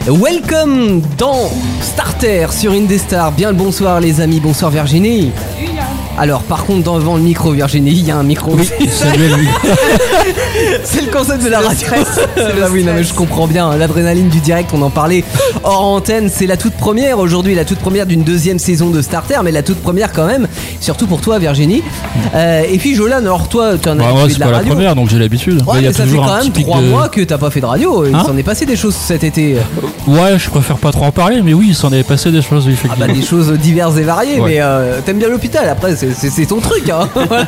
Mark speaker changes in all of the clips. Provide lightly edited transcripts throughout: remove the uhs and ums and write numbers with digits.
Speaker 1: Welcome dans Starter sur Indestar. Bien le bonsoir les amis, bonsoir Virginie. Alors par contre devant le micro Virginie, il y a un micro.
Speaker 2: Oui, c'est le micro.
Speaker 1: C'est le concept de la radio. Oui, non, mais je comprends bien, l'adrénaline du direct, on en parlait hors antenne. C'est la toute première aujourd'hui, la toute première d'une deuxième saison de Starter, mais la toute première quand même, surtout pour toi Virginie. Et puis Jolan, alors toi tu en as
Speaker 2: moi,
Speaker 1: fait
Speaker 2: c'est
Speaker 1: de la
Speaker 2: pas
Speaker 1: radio.
Speaker 2: la première donc j'ai l'habitude.
Speaker 1: Ouais,
Speaker 2: y a
Speaker 1: mais ça fait
Speaker 2: toujours
Speaker 1: quand même 3 mois que t'as pas fait de radio. Il s'en est passé des choses cet été.
Speaker 2: Ouais, je préfère pas trop en parler, mais oui, il s'en est passé des choses, effectivement.
Speaker 1: Des choses diverses et variées,
Speaker 2: ouais.
Speaker 1: Mais t'aimes bien l'hôpital, après c'est ton truc hein.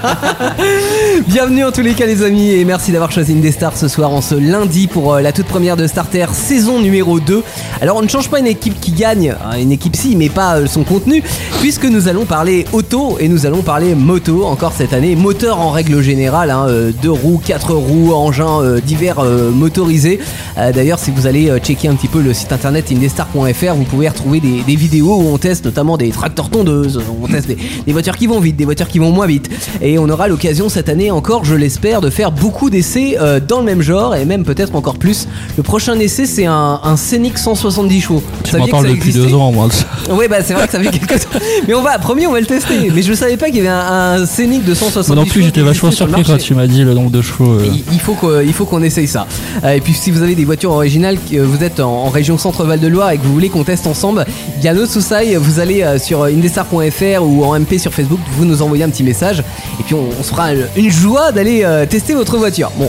Speaker 1: Bienvenue en tous les cas les amis, et merci d'avoir choisi Indestar ce soir en ce lundi pour la toute première de Starter saison numéro 2. Alors on ne change pas une équipe qui gagne, une équipe si, mais pas son contenu, puisque nous allons parler auto et nous allons parler moto encore cette année, moteur en règle générale, 2 roues, 4 roues, engins divers motorisés. D'ailleurs si vous allez checker un petit peu le site internet indestar.fr, vous pouvez retrouver des vidéos où on teste notamment des tracteurs tondeuses, on teste des voitures qui vont vite, des voitures qui vont moins vite, et on aura l'occasion cette année encore, je l'espère, de faire beaucoup d'essais dans le même genre, et même peut-être encore plus. Le prochain essai c'est un Scénic 170 chevaux.
Speaker 2: Tu m'en parles depuis 2 ans moi.
Speaker 1: Oui bah c'est vrai que ça fait quelques temps, mais on va le tester. Mais je savais pas qu'il y avait un Scénic de 170 chevaux.
Speaker 2: Moi non plus, j'étais vachement surpris quand tu m'as dit le nombre de chevaux.
Speaker 1: Il faut qu'on essaye ça. Et puis si vous avez des voitures originales, que vous êtes en région Centre-Val de Loire et que vous voulez qu'on teste ensemble, il y a no souci, vous allez sur indestar.fr ou en MP sur Facebook, vous nous envoyez un petit message et puis on se fera une joie d'aller tester votre voiture. Bon,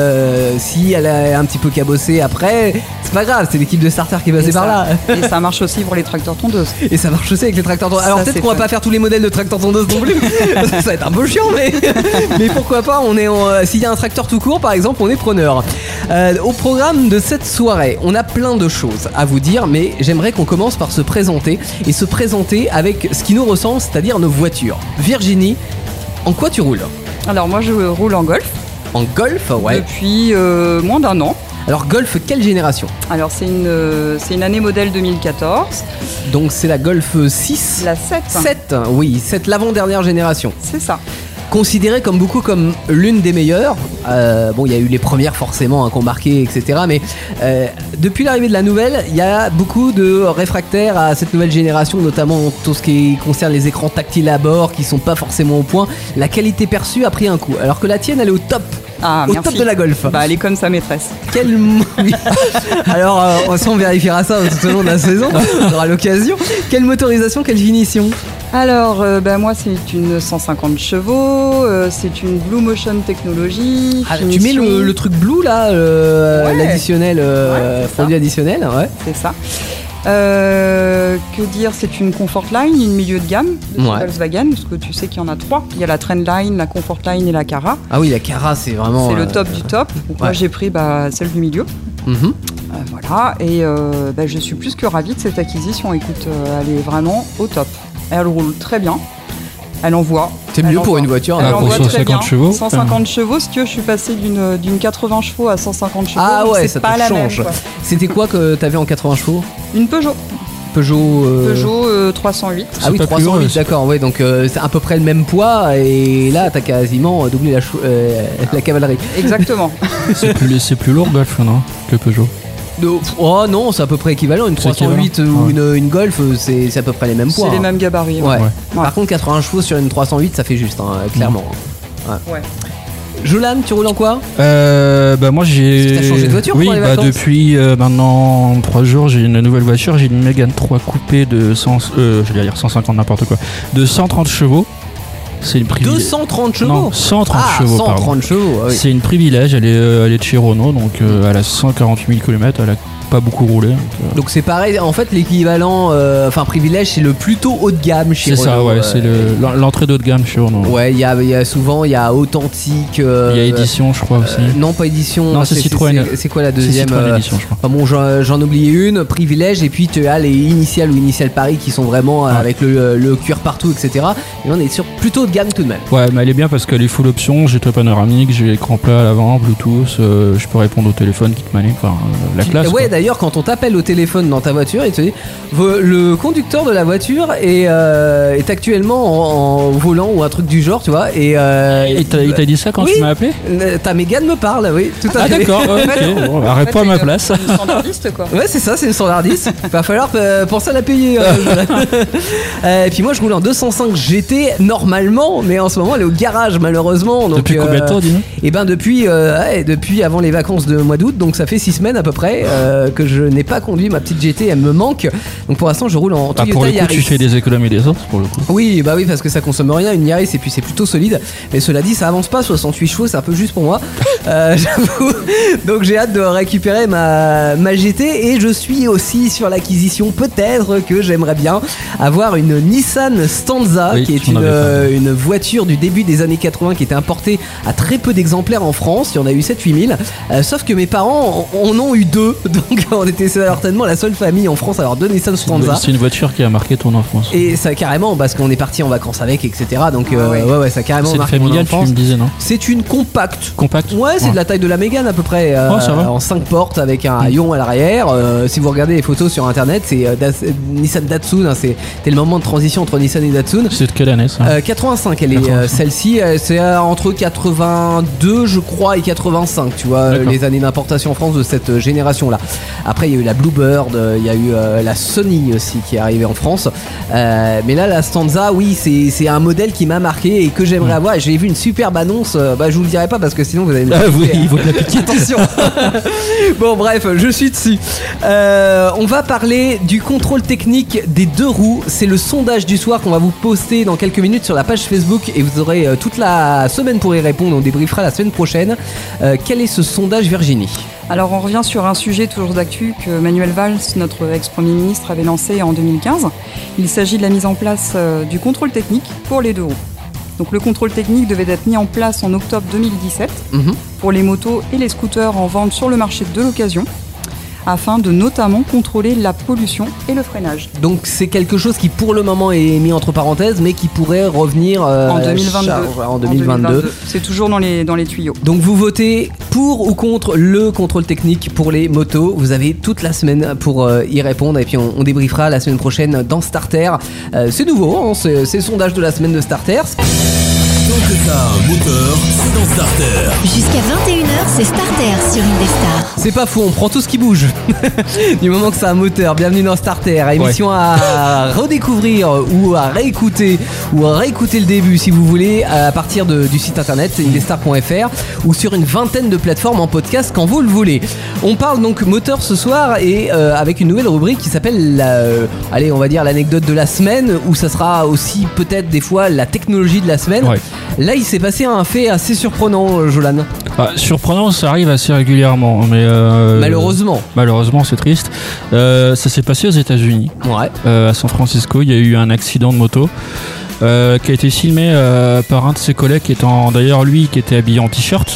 Speaker 1: si elle a un petit peu cabossé après, c'est pas grave, c'est l'équipe de Starter qui est passée par là.
Speaker 3: Et ça marche aussi pour les tracteurs tondeuses.
Speaker 1: Et ça marche aussi avec les tracteurs tondeuses. Alors ça, peut-être qu'on va pas faire tous les modèles de tracteurs tondeuses non plus. Ça va être un peu chiant, mais pourquoi pas. S'il y a un tracteur tout court par exemple, on est preneur. Au programme de cette soirée, on a plein de choses à vous dire, mais j'aimerais qu'on commence par se présenter avec ce qui nous ressemble, c'est-à-dire nos voitures. Virginie, en quoi tu roules ?
Speaker 3: Alors moi je roule en Golf.
Speaker 1: En Golf, ouais.
Speaker 3: Depuis moins d'1 an.
Speaker 1: Alors Golf, quelle génération ?
Speaker 3: Alors c'est une année modèle 2014.
Speaker 1: Donc c'est la Golf 6.
Speaker 3: La 7.
Speaker 1: 7, oui, 7, l'avant-dernière génération.
Speaker 3: C'est ça.
Speaker 1: Considérée comme beaucoup comme l'une des meilleures. Bon, il y a eu les premières forcément qui ont marqué, etc. Mais depuis l'arrivée de la nouvelle, il y a beaucoup de réfractaires à cette nouvelle génération, notamment tout ce qui concerne les écrans tactiles à bord qui sont pas forcément au point. La qualité perçue a pris un coup, alors que la tienne, elle est au top. Au top de la Golf.
Speaker 3: Bah, elle est comme sa maîtresse.
Speaker 1: Oui. Alors, on vérifiera ça tout au long de la saison. On aura l'occasion. Quelle motorisation, quelle finition ?
Speaker 3: Alors, moi, c'est une 150 chevaux. C'est une Blue Motion Technology.
Speaker 1: Tu mets le truc Blue là,
Speaker 3: ouais.
Speaker 1: l'additionnel, produit additionnel, ouais.
Speaker 3: C'est ça. Que dire, c'est une Comfortline, une milieu de gamme de Volkswagen, parce que tu sais qu'il y en a 3. Il y a la Trendline, la Comfortline et la Cara.
Speaker 1: Ah oui, la Cara, c'est vraiment...
Speaker 3: C'est le top du top. Donc moi, j'ai pris celle du milieu. Voilà, et je suis plus que ravie de cette acquisition. Écoute, elle est vraiment au top. Elle roule très bien. Elle envoie.
Speaker 1: C'est mieux pour une voiture.
Speaker 3: Elle envoie
Speaker 2: pour
Speaker 3: très bien.
Speaker 2: 150 chevaux.
Speaker 3: 150 chevaux, si tu veux, je suis passé d'une 80 chevaux à 150 chevaux.
Speaker 1: Ah ouais,
Speaker 3: c'est
Speaker 1: ça
Speaker 3: pas
Speaker 1: te
Speaker 3: la
Speaker 1: change.
Speaker 3: même, quoi.
Speaker 1: C'était quoi que t'avais en 80 chevaux ?
Speaker 3: Une Peugeot.
Speaker 1: Peugeot
Speaker 3: 308.
Speaker 1: Ah oui, 308, d'accord, ouais, donc c'est à peu près le même poids, et là t'as quasiment doublé la cavalerie.
Speaker 3: Exactement.
Speaker 2: C'est plus lourd Golf, non, que Peugeot.
Speaker 1: Oh non, c'est à peu près équivalent. Une 308 ou une Golf, c'est à peu près les mêmes poids.
Speaker 3: C'est les mêmes gabarits.
Speaker 1: Ouais. Par contre, 80 chevaux sur une 308, ça fait juste, clairement.
Speaker 3: Ouais.
Speaker 1: Jolan, tu roules en quoi ?
Speaker 2: Moi j'ai...
Speaker 1: T'as changé de voiture pour les vacances ?
Speaker 2: Depuis maintenant 3 jours, j'ai une nouvelle voiture. J'ai une Mégane 3 coupée de 150 n'importe quoi, de 130 chevaux. C'est une privilège.
Speaker 1: 230 chevaux ?
Speaker 2: Non, 130 chevaux,
Speaker 1: 130
Speaker 2: pardon.
Speaker 1: chevaux, oui.
Speaker 2: C'est une privilège, elle est de chez Renault, donc elle a 148 000 km, elle a pas beaucoup roulé.
Speaker 1: Donc c'est pareil, en fait l'équivalent, privilège, c'est le plutôt haut de gamme chez Renault.
Speaker 2: C'est ça, ouais, c'est l'entrée d'haut de gamme chez Renault.
Speaker 1: Ouais, il y a souvent, il y a Authentique. Il
Speaker 2: y a Édition, je crois aussi.
Speaker 1: Non, pas Édition.
Speaker 2: Non, c'est Citroën.
Speaker 1: C'est quoi la deuxième ?
Speaker 2: C'est Citroën Édition, je crois.
Speaker 1: Enfin bon, j'en oubliais une, privilège, et puis tu as les initiales ou initiales Paris qui sont vraiment avec le cuir partout, etc. Et on est sur plutôt haut de gamme tout de même.
Speaker 2: Ouais, mais elle est bien parce qu'elle est full option, j'ai toit panoramique, j'ai écran plat à l'avant, Bluetooth, je peux répondre au téléphone qui te manie, la classe.
Speaker 1: Ouais,
Speaker 2: quoi.
Speaker 1: d'ailleurs, quand on t'appelle au téléphone dans ta voiture, il te dit le conducteur de la voiture est actuellement en volant ou un truc du genre, tu vois. Et
Speaker 2: il t'a dit ça quand tu m'as appelé?
Speaker 1: Ta Mégane me parle, oui, tout à fait.
Speaker 2: Ah d'accord, ok. Bon, arrête pas à ma place.
Speaker 3: C'est une standardiste, quoi.
Speaker 1: Ouais, c'est ça, c'est une standardiste. Va falloir penser à la payer. Et puis moi, je roule en 205 GT normalement, mais en ce moment, elle est au garage malheureusement. Donc,
Speaker 2: depuis combien de temps, dis-nous?
Speaker 1: Et ben depuis avant les vacances de mois d'août, donc ça fait 6 semaines à peu près que je n'ai pas conduit ma petite GT, elle me manque. Donc pour l'instant, je roule en Toyota
Speaker 2: pour le coup,
Speaker 1: Yaris.
Speaker 2: tu fais des économies d'essence pour le coup.
Speaker 1: Oui, bah oui, parce que ça consomme rien, une Yaris, et puis c'est plutôt solide. Mais cela dit, ça avance pas, 68 chevaux, c'est un peu juste pour moi. J'avoue. Donc j'ai hâte de récupérer ma GT, et je suis aussi sur l'acquisition, peut-être que j'aimerais bien avoir une Nissan Stanza, qui est une voiture du début des années 80 qui était importée à très peu d'exemplaires en France. Il y en a eu 7-8 000. Sauf que mes parents en ont eu 2, donc on était certainement la seule famille en France à avoir 2 Nissan Stanza.
Speaker 2: C'est une voiture qui a marqué ton enfance.
Speaker 1: Et ça carrément, parce qu'on est parti en vacances avec, etc. Donc ouais, ça a carrément marqué mon enfance. C'est
Speaker 2: tu me disais, non?
Speaker 1: C'est une compacte.
Speaker 2: Ouais,
Speaker 1: c'est de la taille de la Mégane à peu près,
Speaker 2: ça va.
Speaker 1: en 5 portes avec un haillon à l'arrière. Si vous regardez les photos sur internet, c'est Nissan Datsun, hein, c'était le moment de transition entre Nissan et Datsun.
Speaker 2: C'est de quelle année ça?
Speaker 1: 85 elle est, celle-ci, c'est entre 82 je crois et 85, tu vois, les années d'importation en France de cette génération-là. Après il y a eu la Bluebird, il y a eu la Sony aussi qui est arrivée en France, mais là la Stanza, oui, c'est un modèle qui m'a marqué et que j'aimerais avoir. J'ai vu une superbe annonce, je vous le dirai pas parce que sinon vous allez me
Speaker 2: il faut de la piquer.
Speaker 1: Attention. Bon bref, je suis dessus. On va parler du contrôle technique des 2 roues. C'est le sondage du soir qu'on va vous poster dans quelques minutes sur la page Facebook, et vous aurez toute la semaine pour y répondre. On débriefera la semaine prochaine. Quel est ce sondage, Virginie?
Speaker 3: Alors on revient sur un sujet toujours d'actu que Manuel Valls, notre ex-premier ministre, avait lancé en 2015. Il s'agit de la mise en place du contrôle technique pour les 2 roues. Donc le contrôle technique devait être mis en place en octobre 2017 pour les motos et les scooters en vente sur le marché de l'occasion, afin de notamment contrôler la pollution et le freinage.
Speaker 1: Donc c'est quelque chose qui pour le moment est mis entre parenthèses, mais qui pourrait revenir
Speaker 3: en 2022.
Speaker 1: En 2022.
Speaker 3: C'est toujours dans les tuyaux.
Speaker 1: Donc vous votez pour ou contre le contrôle technique pour les motos. Vous avez toute la semaine pour y répondre, et puis on débriefera la semaine prochaine dans Starter. C'est nouveau, hein, c'est le sondage de la semaine de Starter.
Speaker 4: Tant que t'as un moteur, c'est dans Starter.
Speaker 5: Jusqu'à 21h, c'est Starter sur Indestar.
Speaker 1: C'est pas fou, on prend tout ce qui bouge. Du moment que c'est un moteur. Bienvenue dans Starter, émission à redécouvrir ou à réécouter le début si vous voulez, à partir du site internet indestar.fr ou sur une vingtaine de plateformes en podcast quand vous le voulez. On parle donc moteur ce soir, et avec une nouvelle rubrique qui s'appelle on va dire l'anecdote de la semaine, où ça sera aussi peut-être des fois la technologie de la semaine. Ouais. Là il s'est passé un fait assez surprenant, Jolan.
Speaker 2: Surprenant, ça arrive assez régulièrement, mais malheureusement c'est triste. Ça s'est passé aux États-Unis, à San Francisco. Il y a eu un accident de moto qui a été filmé par un de ses collègues, qui était habillé en t-shirt.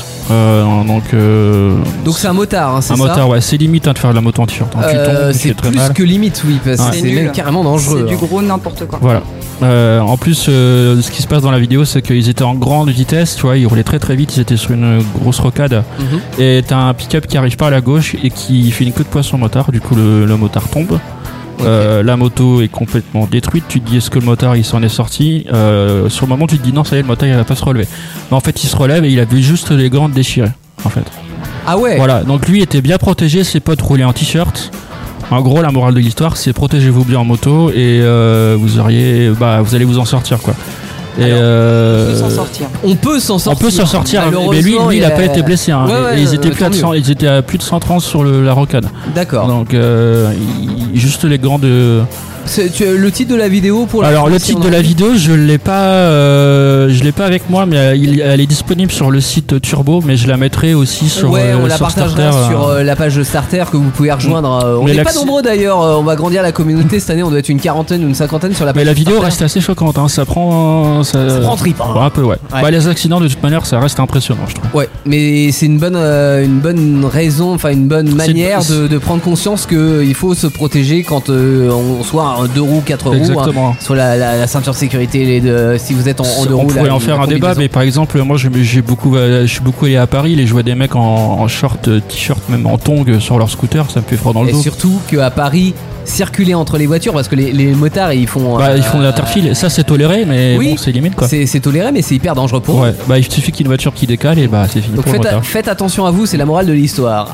Speaker 1: Donc c'est un motard, hein, c'est
Speaker 2: un
Speaker 1: ça?
Speaker 2: Motard, ouais, c'est limite de faire de la moto en t-shirt. Tu tombes,
Speaker 1: c'est
Speaker 2: très
Speaker 1: plus
Speaker 2: mal.
Speaker 1: Que limite, oui, parce que c'est même carrément dangereux.
Speaker 3: C'est du gros n'importe quoi.
Speaker 2: Voilà. En plus, ce qui se passe dans la vidéo, c'est qu'ils étaient en grande vitesse, tu vois, ils roulaient très très vite, ils étaient sur une grosse rocade. Et t'as un pick-up qui arrive par la gauche et qui fait une queue de poisson au motard. Du coup, le motard tombe. La moto est complètement détruite. Tu te dis, est-ce que le motard il s'en est sorti? Sur le moment, tu te dis non, ça y est, le motard il va pas se relever. Mais en fait, il se relève et il a vu juste les gants déchirés. En fait.
Speaker 1: Ah ouais.
Speaker 2: Voilà. Donc lui était bien protégé. Ses potes roulaient en t-shirt. En gros, la morale de l'histoire, c'est protégez-vous bien en moto et vous allez vous en sortir, quoi. Et
Speaker 1: on peut s'en sortir.
Speaker 2: Mais lui, il a pas été blessé. Hein. Et ils étaient à plus de 130 sur la rocade.
Speaker 1: D'accord.
Speaker 2: Donc juste les gants de.
Speaker 1: Le titre de la vidéo pour la.
Speaker 2: Alors le titre de la vidéo, je l'ai pas avec moi, mais elle est disponible sur le site Turbo, mais je la mettrai aussi sur.
Speaker 1: On la partagera sur la page de Starter que vous pouvez rejoindre. On n'est pas nombreux d'ailleurs. On va grandir la communauté cette année. On doit être une quarantaine ou une cinquantaine sur la page.
Speaker 2: Mais la vidéo reste assez choquante. Hein. Ça prend
Speaker 1: trip. Hein.
Speaker 2: Un peu, ouais. Les accidents de toute manière, ça reste impressionnant, je trouve.
Speaker 1: Ouais, mais c'est une bonne raison, enfin une bonne manière de prendre conscience qu'il faut se protéger quand on soit un 2 roues, 4 roues.
Speaker 2: Exactement.
Speaker 1: Sur la ceinture de sécurité, si vous êtes en 2 roues.
Speaker 2: On pourrait en faire un débat, mais par exemple, moi je suis beaucoup allé à Paris, et je vois des mecs en short, t-shirt, même en tongs sur leur scooter, ça me fait froid dans le dos.
Speaker 1: Et surtout qu'à Paris, circuler entre les voitures, parce que les motards ils font
Speaker 2: de l'interfile, ça c'est toléré, mais
Speaker 1: oui,
Speaker 2: bon, c'est limite quoi.
Speaker 1: C'est toléré, mais c'est hyper dangereux pour eux.
Speaker 2: Il suffit qu'il y ait une voiture qui décale et c'est fini.
Speaker 1: Donc
Speaker 2: pour le motard.
Speaker 1: faites attention à vous, c'est la morale de l'histoire.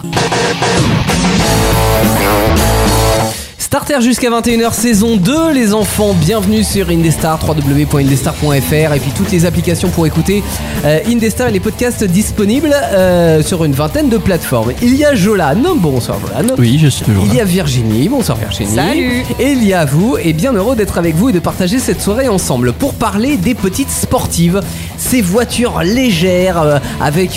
Speaker 1: Starter jusqu'à 21h, saison 2, les enfants, bienvenue sur Indestar, www.indestar.fr, et puis toutes les applications pour écouter Indestar et les podcasts disponibles sur une vingtaine de plateformes. Il y a Jolan, bonsoir Jolan.
Speaker 2: Oui, je suis toujours là.
Speaker 1: Il y a Virginie, bonsoir Virginie.
Speaker 3: Salut.
Speaker 1: Et il y a vous, et bien heureux d'être avec vous et de partager cette soirée ensemble pour parler des petites sportives, ces voitures légères avec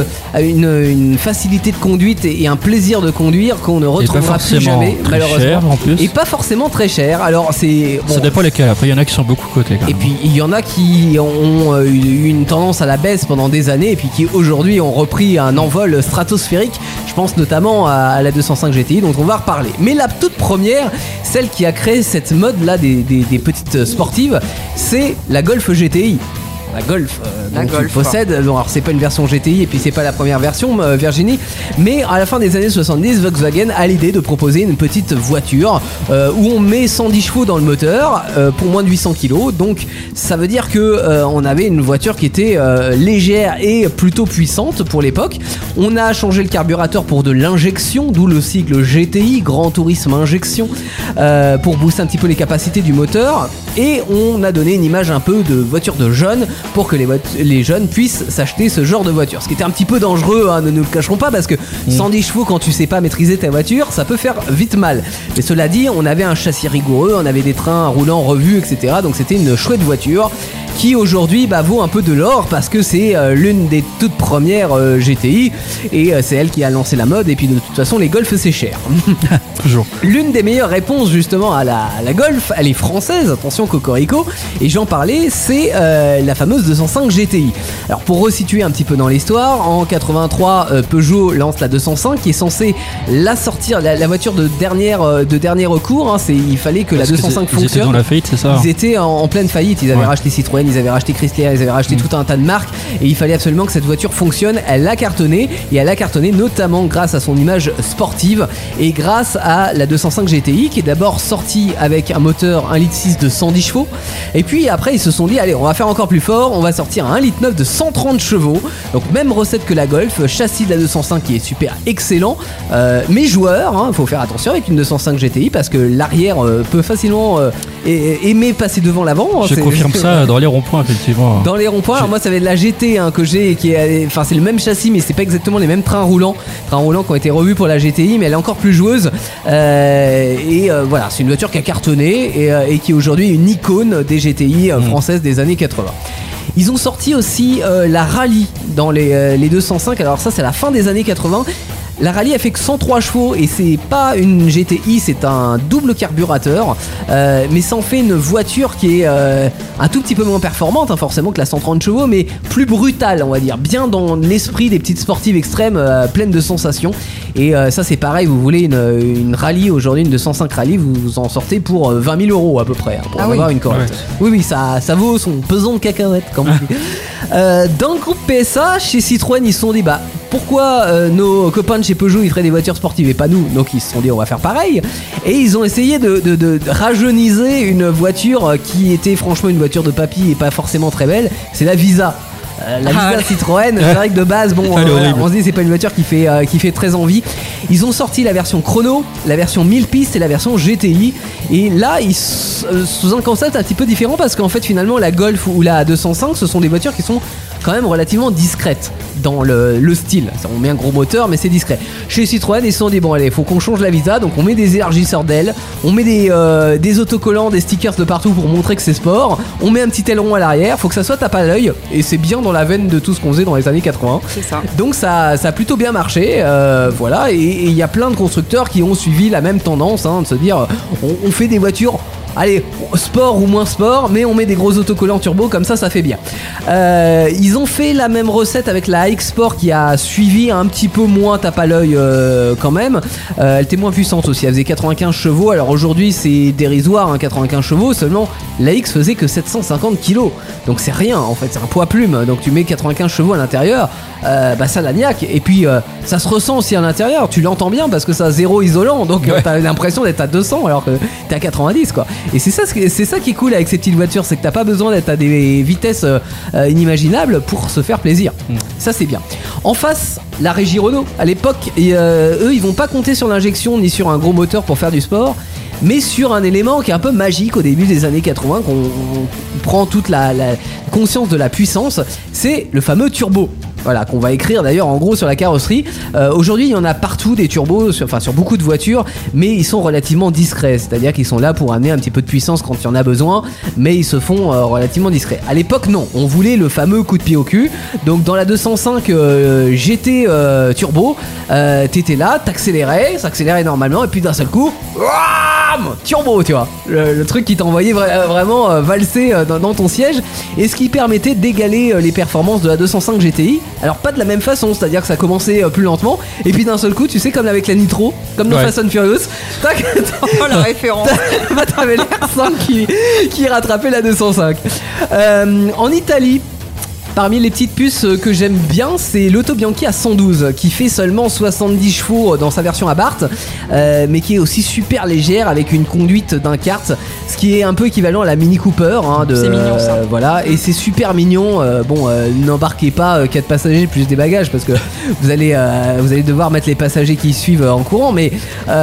Speaker 1: une facilité de conduite et un plaisir de conduire qu'on ne retrouvera plus jamais, malheureusement. Et pas forcément très cher. Alors c'est
Speaker 2: ça dépend lesquels. Après il y en a qui sont beaucoup cotés.
Speaker 1: Et puis il y en a qui ont eu une tendance à la baisse pendant des années et puis qui aujourd'hui ont repris un envol stratosphérique. Je pense notamment à la 205 GTI dont on va reparler. Mais la toute première, celle qui a créé cette mode là des petites sportives, c'est la Golf GTI. La Golf, tu possèdes. Alors c'est pas une version GTI et puis c'est pas la première version, Virginie, mais à la fin des années 70, Volkswagen a l'idée de proposer une petite voiture où on met 110 chevaux dans le moteur pour moins de 800 kg. Donc ça veut dire que on avait une voiture qui était légère et plutôt puissante pour l'époque. On a changé le carburateur pour de l'injection, d'où le sigle GTI, Grand Tourisme Injection, pour booster un petit peu les capacités du moteur. Et on a donné une image un peu de voiture de jeunes pour que les jeunes puissent s'acheter ce genre de voiture. Ce qui était un petit peu dangereux, hein, ne nous le cacherons pas, parce que 110 chevaux, quand tu sais pas maîtriser ta voiture, ça peut faire vite mal. Mais cela dit, on avait un châssis rigoureux, on avait des trains roulants revus, etc. Donc c'était une chouette voiture qui aujourd'hui vaut un peu de l'or parce que c'est l'une des toutes premières GTI et c'est elle qui a lancé la mode. Et puis de toute façon, les Golf c'est cher.
Speaker 2: Toujours.
Speaker 1: L'une des meilleures réponses justement à la Golf, elle est française, attention cocorico, et j'en parlais, c'est la fameuse 205 GTI. Alors pour resituer un petit peu dans l'histoire, en 83, Peugeot lance la 205 qui est censée sortir la voiture de dernier recours, hein, il fallait que la 205 fonctionne. Ils étaient
Speaker 2: dans la faillite, c'est ça?
Speaker 1: Ils étaient en pleine faillite, ils avaient racheté Citroën, ils avaient racheté Chrysler, ils avaient racheté tout un tas de marques et il fallait absolument que cette voiture fonctionne. Elle a cartonné et elle a cartonné notamment grâce à son image sportive et grâce à la 205 GTI qui est d'abord sortie avec un moteur 1,6 litre de 110 chevaux et puis après ils se sont dit allez, on va faire encore plus fort, on va sortir un 1,9 litre de 130 chevaux, donc même recette que la Golf, châssis de la 205 qui est super excellent, mais joueur, hein, faut faire attention avec une 205 GTI parce que l'arrière peut facilement aimer passer devant l'avant.
Speaker 2: Je confirme ça dans les ronds-points, effectivement.
Speaker 1: Dans les ronds-points, alors moi ça va être la GT que j'ai, qui est, enfin c'est le même châssis mais c'est pas exactement les mêmes trains roulants qui ont été revus pour la GTI, mais elle est encore plus joueuse voilà, c'est une voiture qui a cartonné et qui est aujourd'hui une icône des GTI françaises des années 80. Ils ont sorti aussi la Rallye dans les 205, alors ça c'est la fin des années 80. La Rallye a fait que 103 chevaux et c'est pas une GTI, c'est un double carburateur, mais ça en fait une voiture qui est un tout petit peu moins performante, hein, forcément que la 130 chevaux, mais plus brutale, on va dire, bien dans l'esprit des petites sportives extrêmes, pleines de sensations. Et ça c'est pareil, vous voulez une Rallye aujourd'hui, une 205 Rallye, vous en sortez pour 20 000 euros à peu près, hein, pour avoir une correcte. Ouais. Oui, ça vaut son pesant de cacahuètes, comme on dit. Dans le groupe PSA, chez Citroën, ils se sont dit pourquoi nos copains de chez Peugeot ils feraient des voitures sportives et pas nous, donc ils se sont dit on va faire pareil et ils ont essayé de rajeuniser une voiture qui était franchement une voiture de papy et pas forcément très belle, c'est la Visa. La Visa Citroën, c'est vrai que de base, on se dit c'est pas une voiture qui fait très envie. Ils ont sorti la version chrono, la version 1000 pistes et la version GTI. Et là, sous un concept un petit peu différent parce qu'en fait, finalement, la Golf ou la 205, ce sont des voitures qui sont quand même relativement discrètes dans le style. On met un gros moteur, mais c'est discret. Chez Citroën, ils se sont dit bon, allez, faut qu'on change la Visa, donc on met des élargisseurs d'ailes, on met des autocollants, des stickers de partout pour montrer que c'est sport, on met un petit aileron à l'arrière, faut que ça soit tape à l'œil, et c'est bien dans la veine de tout ce qu'on faisait dans les années 80.
Speaker 3: C'est ça.
Speaker 1: Donc ça a plutôt bien marché, voilà, et il y a plein de constructeurs qui ont suivi la même tendance, hein, de se dire on fait des voitures allez, sport ou moins sport, mais on met des gros autocollants turbo, comme ça fait bien. Ils ont fait la même recette avec la X-Sport qui a suivi un petit peu moins tape à l'œil quand même. Elle était moins puissante aussi, elle faisait 95 chevaux. Alors aujourd'hui c'est dérisoire, 95 chevaux, seulement la X faisait que 750 kg. Donc c'est rien en fait, c'est un poids plume. Donc tu mets 95 chevaux à l'intérieur, ça la niaque. Et puis ça se ressent aussi à l'intérieur, tu l'entends bien parce que ça a zéro isolant. Donc t'as l'impression d'être à 200 alors que t'es à 90 quoi. Et c'est ça qui est cool avec ces petites voitures, c'est que t'as pas besoin d'être à des vitesses inimaginables pour se faire plaisir. Ça c'est bien. En face, la régie Renault. À l'époque, eux ils vont pas compter sur l'injection ni sur un gros moteur pour faire du sport, mais sur un élément qui est un peu magique au début des années 80, qu'on prend toute la conscience de la puissance, c'est le fameux turbo. Voilà, qu'on va écrire d'ailleurs en gros sur la carrosserie. Aujourd'hui, il y en a partout des turbos, sur beaucoup de voitures, mais ils sont relativement discrets. C'est-à-dire qu'ils sont là pour amener un petit peu de puissance quand il y en a besoin, mais ils se font relativement discrets. À l'époque, non, on voulait le fameux coup de pied au cul. Donc dans la 205 GT turbo, t'étais là, t'accélérais, ça accélérait normalement, et puis d'un seul coup, turbo, tu vois, le truc qui t'envoyait vraiment valser dans ton siège, et ce qui permettait d'égaler les performances de la 205 GTI. Alors pas de la même façon, c'est-à-dire que ça commençait plus lentement, et puis d'un seul coup, tu sais, comme avec la Nitro, comme dans Fast and Furious, tac,
Speaker 3: oh la référence.
Speaker 1: T'avais l'R5 qui rattrapait la 205. En Italie, parmi les petites puces que j'aime bien, c'est l'Auto Bianchi à 112 qui fait seulement 70 chevaux dans sa version Abarth, mais qui est aussi super légère avec une conduite d'un kart, ce qui est un peu équivalent à la Mini Cooper.
Speaker 3: C'est mignon ça.
Speaker 1: Voilà, et c'est super mignon. N'embarquez pas 4 passagers plus des bagages parce que vous allez devoir mettre les passagers qui suivent en courant, mais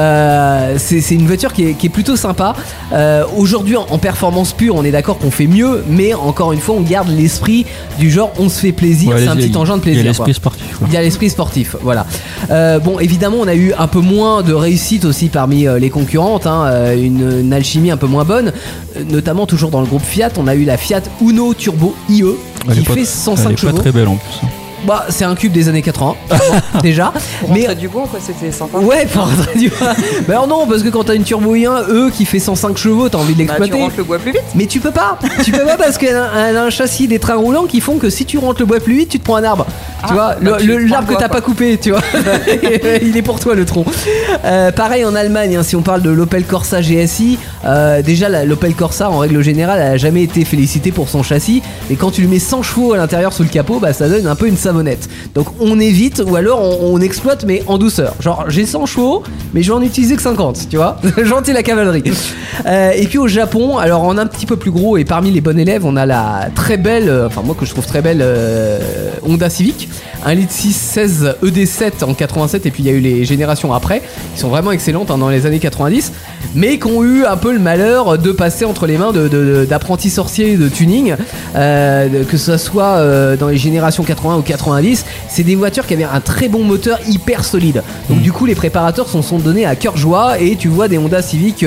Speaker 1: c'est une voiture qui est plutôt sympa. Aujourd'hui en performance pure, on est d'accord qu'on fait mieux, mais encore une fois, on garde l'esprit du genre on se fait plaisir, c'est un petit engin de plaisir.
Speaker 2: Il y a l'esprit sportif.
Speaker 1: Il y a l'esprit sportif, voilà. Évidemment, on a eu un peu moins de réussite aussi parmi les concurrentes, une alchimie un peu moins bonne, notamment toujours dans le groupe Fiat. On a eu la Fiat Uno Turbo IE qui fait 105 chevaux.
Speaker 2: Elle est pas très belle en plus.
Speaker 1: Bah, c'est un cube des années 80 déjà.
Speaker 3: Pour rentrer du bois, quoi, c'était sympa.
Speaker 1: Ouais, pour rentrer du bois. Mais alors non, parce que quand t'as une Turbo i1 qui fait 105 chevaux, t'as envie de l'exploiter.
Speaker 3: Tu rentres le bois plus vite.
Speaker 1: Mais tu peux pas parce qu'elle a un châssis, des trains roulants qui font que si tu rentres le bois plus vite, tu te prends un arbre. Tu vois, l'arbre que t'as pas coupé, tu vois. Il est pour toi le tronc. Pareil en Allemagne, si on parle de l'Opel Corsa GSI, déjà l'Opel Corsa en règle générale elle a jamais été félicitée pour son châssis, et quand tu lui mets 100 chevaux à l'intérieur sous le capot, ça donne un peu une savonnette. Donc on évite, ou alors on exploite mais en douceur. Genre j'ai 100 chevaux mais je vais en utiliser que 50, tu vois. Gentil la cavalerie. Et puis au Japon, alors en un petit peu plus gros et parmi les bons élèves, on a la très belle, moi que je trouve très belle, Honda Civic, 1,6 litre 16 ED7 en 87, et puis il y a eu les générations après qui sont vraiment excellentes dans les années 90, mais qui ont eu un peu le malheur de passer entre les mains d'apprentis sorciers de tuning, que ce soit dans les générations 80 ou 90. C'est des voitures qui avaient un très bon moteur hyper solide, donc du coup les préparateurs s'en sont donnés à cœur joie, et tu vois des Honda Civic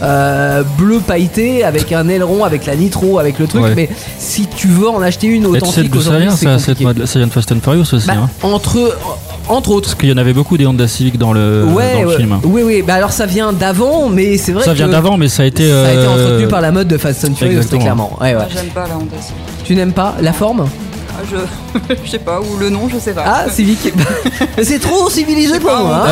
Speaker 1: bleu pailleté avec un aileron, avec la nitro, avec le truc, mais si tu veux en acheter une authentique aujourd'hui, c'est compliqué.
Speaker 2: Ça vient de Fast and Furious aussi.
Speaker 1: Entre autres.
Speaker 2: Parce qu'il y en avait beaucoup des Honda Civic dans le film.
Speaker 1: Oui. Alors ça vient d'avant, mais c'est vrai que...
Speaker 2: Ça vient d'avant, mais ça a été
Speaker 1: entretenu par la mode de Fast and Furious, très clairement. Ouais.
Speaker 3: J'aime pas la Honda Civic.
Speaker 1: Tu n'aimes pas la forme?
Speaker 3: Je sais pas, ou le nom, je sais pas.
Speaker 1: Ah, Civic. C'est trop civilisé pour moi.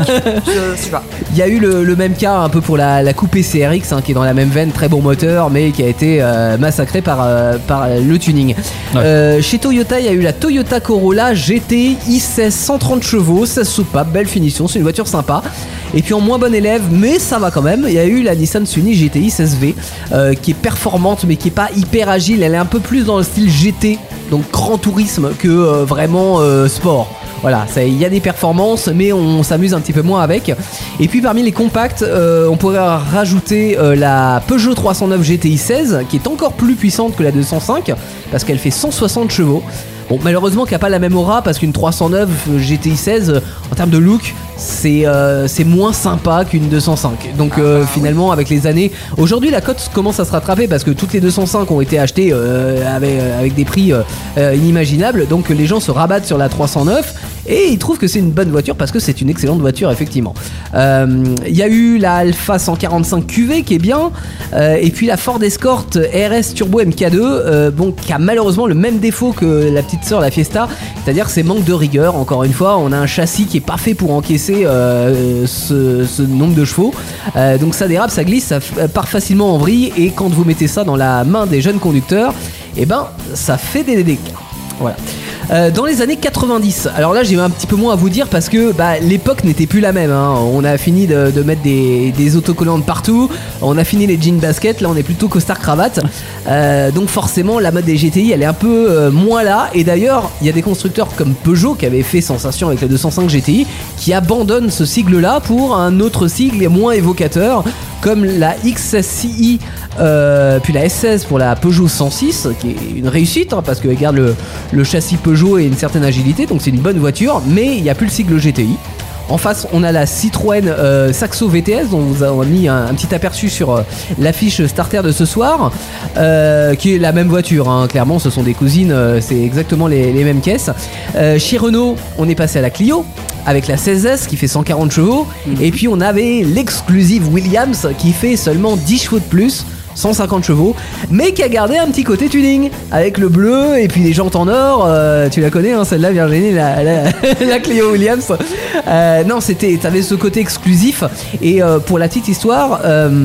Speaker 3: Je sais pas.
Speaker 1: Il y a eu le même cas un peu pour la coupé CRX, qui est dans la même veine, très bon moteur, mais qui a été massacré par le tuning. Chez Toyota, il y a eu la Toyota Corolla GT i16 130 chevaux, 16 soupapes, belle finition, c'est une voiture sympa. Et puis en moins bon élève, mais ça va quand même, il y a eu la Nissan Sunny GTI 16V, qui est performante, mais qui est pas hyper agile. Elle est un peu plus dans le style GT, donc grand tourisme, que vraiment sport. Voilà, il y a des performances, mais on s'amuse un petit peu moins avec. Et puis parmi les compacts, on pourrait rajouter la Peugeot 309 GTI 16, qui est encore plus puissante que la 205, parce qu'elle fait 160 chevaux. Bon, malheureusement, qui n'a pas la même aura, parce qu'une 309 GTI 16, en termes de look, c'est moins sympa qu'une 205. Donc finalement avec les années, aujourd'hui la cote commence à se rattraper parce que toutes les 205 ont été achetées avec des prix inimaginables, donc les gens se rabattent sur la 309 et ils trouvent que c'est une bonne voiture parce que c'est une excellente voiture effectivement. Il y a eu la Alpha 145 QV qui est bien, et puis la Ford Escort RS Turbo MK2 qui a malheureusement le même défaut que la petite sœur la Fiesta, c'est-à-dire c'est manque de rigueur. Encore une fois, on a un châssis qui est pas fait pour encaisser ce nombre de chevaux, donc ça dérape, ça glisse, ça part facilement en vrille, et quand vous mettez ça dans la main des jeunes conducteurs, et ça fait des dégâts. Voilà. Dans les années 90, alors là j'ai un petit peu moins à vous dire parce que l'époque n'était plus la même, hein. On a fini de mettre des autocollants de partout, on a fini les jeans baskets, là on est plutôt costard cravate, donc forcément la mode des GTI elle est un peu moins là, et d'ailleurs il y a des constructeurs comme Peugeot qui avaient fait sensation avec la 205 GTI qui abandonnent ce sigle là pour un autre sigle moins évocateur comme la XSI, puis la S16 pour la Peugeot 106 qui est une réussite, hein, parce qu'elle garde le châssis Peugeot et une certaine agilité, donc c'est une bonne voiture, mais il n'y a plus le sigle GTI. En face, on a la Citroën Saxo VTS dont vous avez mis un petit aperçu sur l'affiche starter de ce soir, qui est la même voiture, hein. Clairement ce sont des cousines, c'est exactement les mêmes caisses. Chez Renault, on est passé à la Clio avec la 16S qui fait 140 chevaux, et puis on avait l'exclusive Williams qui fait seulement 10 chevaux de plus, 150 chevaux, mais qui a gardé un petit côté tuning avec le bleu et puis les jantes en or. Tu la connais, hein, celle-là, Virginie, la Clio Williams. Non, t'avais ce côté exclusif. Et pour la petite histoire,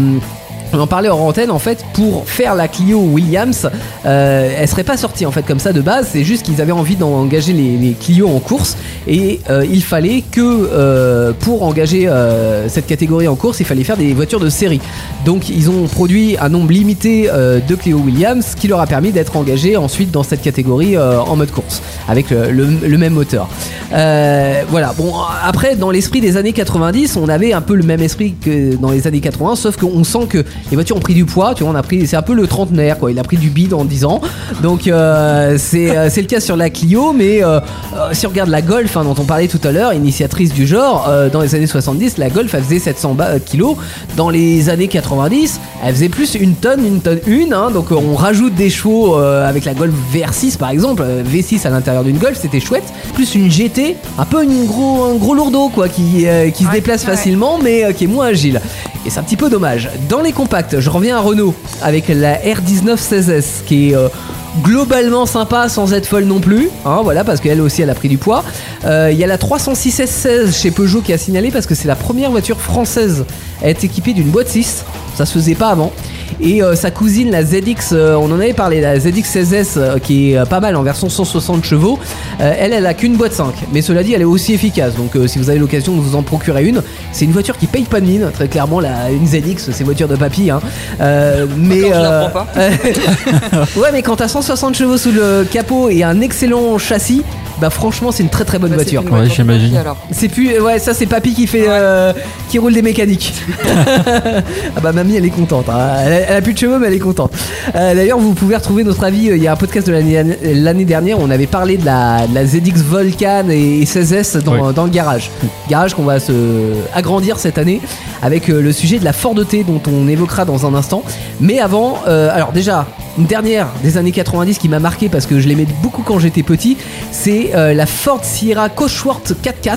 Speaker 1: on en parlait hors antenne, en fait, pour faire la Clio Williams, elle serait pas sortie en fait comme ça de base, c'est juste qu'ils avaient envie d'engager les Clio en course, et il fallait que pour engager cette catégorie en course, il fallait faire des voitures de série. Donc ils ont produit un nombre limité de Clio Williams qui leur a permis d'être engagés ensuite dans cette catégorie en mode course avec le même moteur. Voilà, bon, après dans l'esprit des années 90, on avait un peu le même esprit que dans les années 80, sauf qu'on sent que les voitures ont pris du poids, tu vois, c'est un peu le trentenaire, quoi. Il a pris du bide en 10 ans. Donc c'est le cas sur la Clio, mais si on regarde la Golf, hein, dont on parlait tout à l'heure, initiatrice du genre, dans les années 70, la Golf elle faisait 700 kilos. Dans les années 90, elle faisait plus une tonne, hein. Donc on rajoute des chevaux avec la Golf VR6 par exemple, V6 à l'intérieur d'une Golf, c'était chouette. Plus une GT, un peu un gros lourdeau, quoi, qui se déplace facilement, mais qui est moins agile. Et c'est un petit peu dommage. Dans les compacts, je reviens à Renault avec la R19 16S qui est globalement sympa sans être folle non plus, hein, voilà, parce qu'elle aussi elle a pris du poids. Il y a la 306 S16 chez Peugeot qui a signalé parce que c'est la première voiture française à être équipée d'une boîte 6, ça se faisait pas avant. Et sa cousine la ZX, on en avait parlé, la ZX 16S qui est pas mal en version 160 chevaux, elle a qu'une boîte 5, mais cela dit elle est aussi efficace, donc si vous avez l'occasion de vous en procurer une, c'est une voiture qui paye pas de mine, très clairement. Une ZX c'est voiture de papy, hein. Mais
Speaker 3: je la prends pas.
Speaker 1: Ouais, mais quand t'as 160 chevaux sous le capot et un excellent châssis, bah franchement c'est une très très bonne voiture.
Speaker 2: Ouais, j'imagine.
Speaker 1: C'est plus, ouais, ça c'est papy qui fait qui roule des mécaniques. Ah bah mamie elle est contente, hein. Elle a plus de cheveux mais elle est contente. D'ailleurs vous pouvez retrouver notre avis, il y a un podcast de l'année dernière où on avait parlé de la ZX Vulcan et 16S dans le garage qu'on va se agrandir cette année avec le sujet de la Ford T dont on évoquera dans un instant. Mais avant, alors déjà une dernière des années 90 qui m'a marqué parce que je l'aimais beaucoup quand j'étais petit, c'est la Ford Sierra Cosworth